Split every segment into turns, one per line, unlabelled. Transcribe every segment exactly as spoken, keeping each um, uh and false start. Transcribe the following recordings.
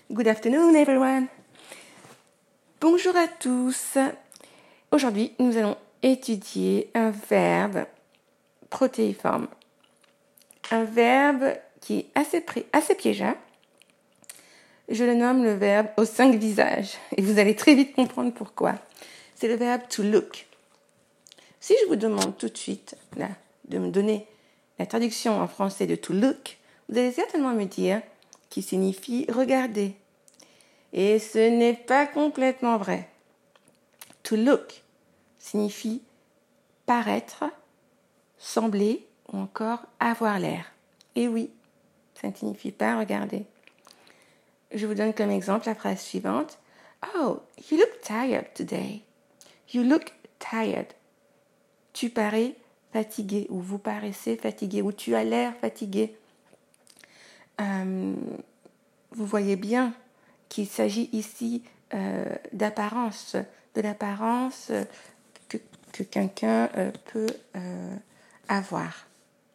Good afternoon everyone. Bonjour à tous. Aujourd'hui, nous allons étudier un verbe protéiforme. Un verbe qui est assez, pré- assez piégeant. Je le nomme le verbe aux cinq visages. Et vous allez très vite comprendre pourquoi. C'est le verbe to look. Si je vous demande tout de suite là, de me donner la traduction en français de to look, vous allez certainement me dire qu'il signifie regarder. Et ce n'est pas complètement vrai. To look signifie paraître, sembler ou encore avoir l'air. Et oui, ça ne signifie pas regarder. Je vous donne comme exemple la phrase suivante. Oh, you look tired today. You look tired. Tu parais fatigué ou vous paraissez fatigué ou tu as l'air fatigué. Euh, vous voyez bien qu'il s'agit ici euh, d'apparence, de l'apparence que, que quelqu'un euh, peut euh, avoir.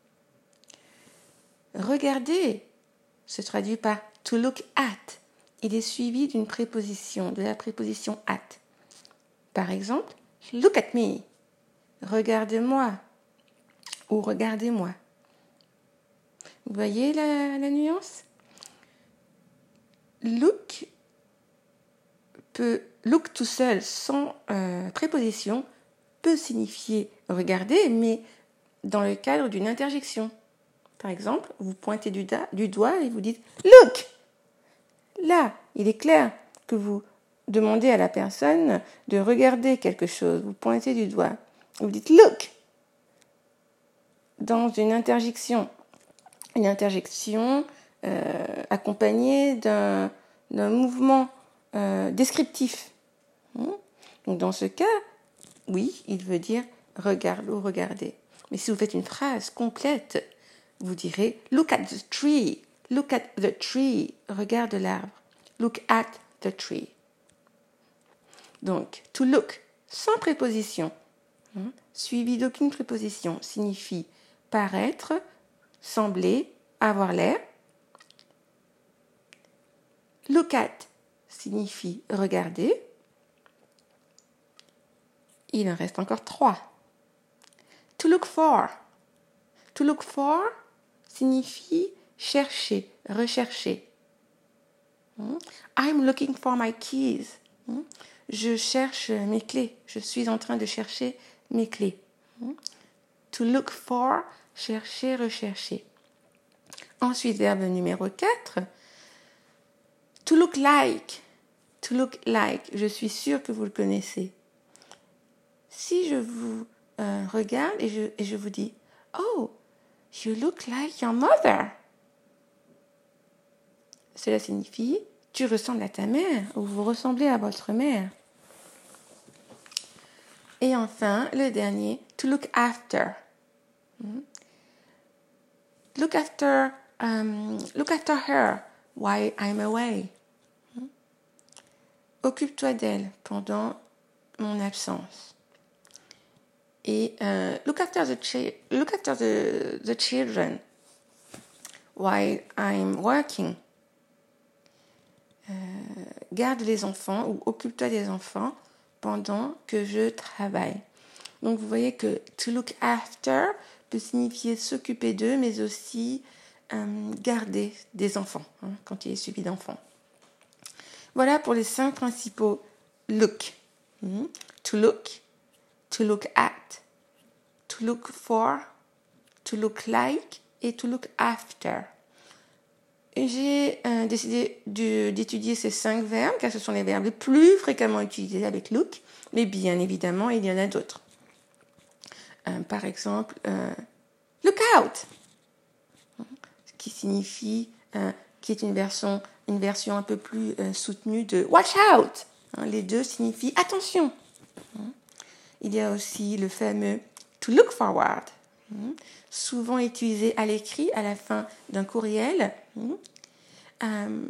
Regarder se traduit par to look at. Il est suivi d'une préposition, de la préposition at. Par exemple, look at me. Regarde-moi ou regardez-moi. Vous voyez la, la nuance? Look peut, look tout seul, sans euh, préposition, peut signifier regarder, mais dans le cadre d'une interjection. Par exemple, vous pointez du, da, du doigt et vous dites « Look !» Là, il est clair que vous demandez à la personne de regarder quelque chose. Vous pointez du doigt. Vous dites « Look !» dans une interjection. Une interjection euh, accompagnée d'un, d'un mouvement euh, descriptif. Donc dans ce cas, oui, il veut dire regarde ou regarder. Mais si vous faites une phrase complète, vous direz look at the tree, look at the tree, regarde l'arbre, look at the tree. Donc to look sans préposition, hein, suivi d'aucune préposition, signifie paraître, sembler, avoir l'air. Look at signifie regarder. Il en reste encore trois. To look for. To look for signifie chercher, rechercher. I'm looking for my keys. Je cherche mes clés. Je suis en train de chercher mes clés. To look for, chercher, rechercher. Ensuite, verbe numéro quatre. To look like. To look like. Je suis sûre que vous le connaissez. Si je vous euh, regarde et je, et je vous dis « Oh, you look like your mother », cela signifie « Tu ressembles à ta mère » ou « Vous ressemblez à votre mère ». Et enfin, le dernier, « to look after ». Look after, um, look after her while I'm away. Occupe-toi d'elle pendant mon absence. Et uh, look after the chi- look after the, the children while I'm working. Euh, garde les enfants ou occupe-toi des enfants pendant que je travaille. Donc vous voyez que to look after peut signifier s'occuper d'eux, mais aussi euh, garder des enfants, hein, quand il est suivi d'enfants. Voilà pour les cinq principaux look. Mm-hmm. To look, to look at, to look for, to look like et to look after. J'ai euh, décidé de, d'étudier ces cinq verbes car ce sont les verbes les plus fréquemment utilisés avec look, mais bien évidemment il y en a d'autres. Euh, par exemple, euh, look out, qui signifie, euh, qui est une version, une version un peu plus euh, soutenue de watch out. Hein, les deux signifient attention. Il y a aussi le fameux to look forward, souvent utilisé à l'écrit à la fin d'un courriel. Um,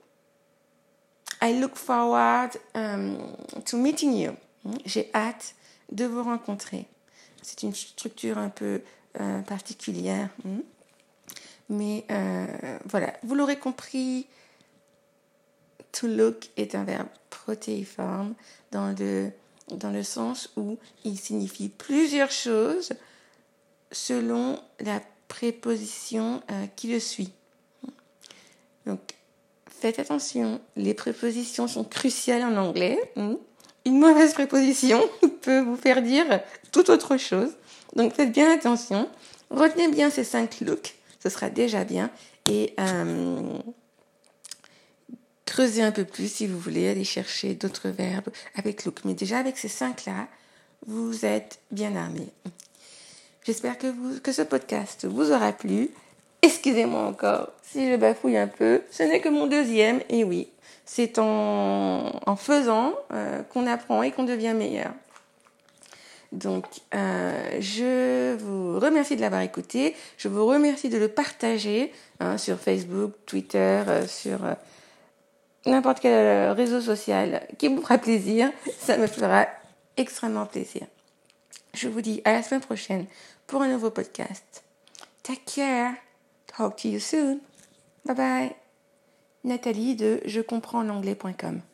I look forward um, to meeting you. J'ai hâte de vous rencontrer. C'est une structure un peu euh, particulière. Mais euh, voilà, vous l'aurez compris, to look est un verbe protéiforme dans le, dans le sens où il signifie plusieurs choses selon la préposition euh, qui le suit. Donc, faites attention, les prépositions sont cruciales en anglais. Une mauvaise préposition peut vous faire dire tout autre chose. Donc, faites bien attention. Retenez bien ces cinq looks, ce sera déjà bien. Et euh, creusez un peu plus si vous voulez aller chercher d'autres verbes avec look. Mais déjà, avec ces cinq-là, vous êtes bien armés. J'espère que, vous, que ce podcast vous aura plu. Excusez-moi encore si je bafouille un peu. Ce n'est que mon deuxième, et oui, c'est en, en faisant euh, qu'on apprend et qu'on devient meilleur. Donc, euh, je vous remercie de l'avoir écouté. Je vous remercie de le partager hein, sur Facebook, Twitter, euh, sur euh, n'importe quel réseau social qui vous fera plaisir. Ça me fera extrêmement plaisir. Je vous dis à la semaine prochaine pour un nouveau podcast. Take care. Talk to you soon. Bye bye. Nathalie de je comprends l'anglais point com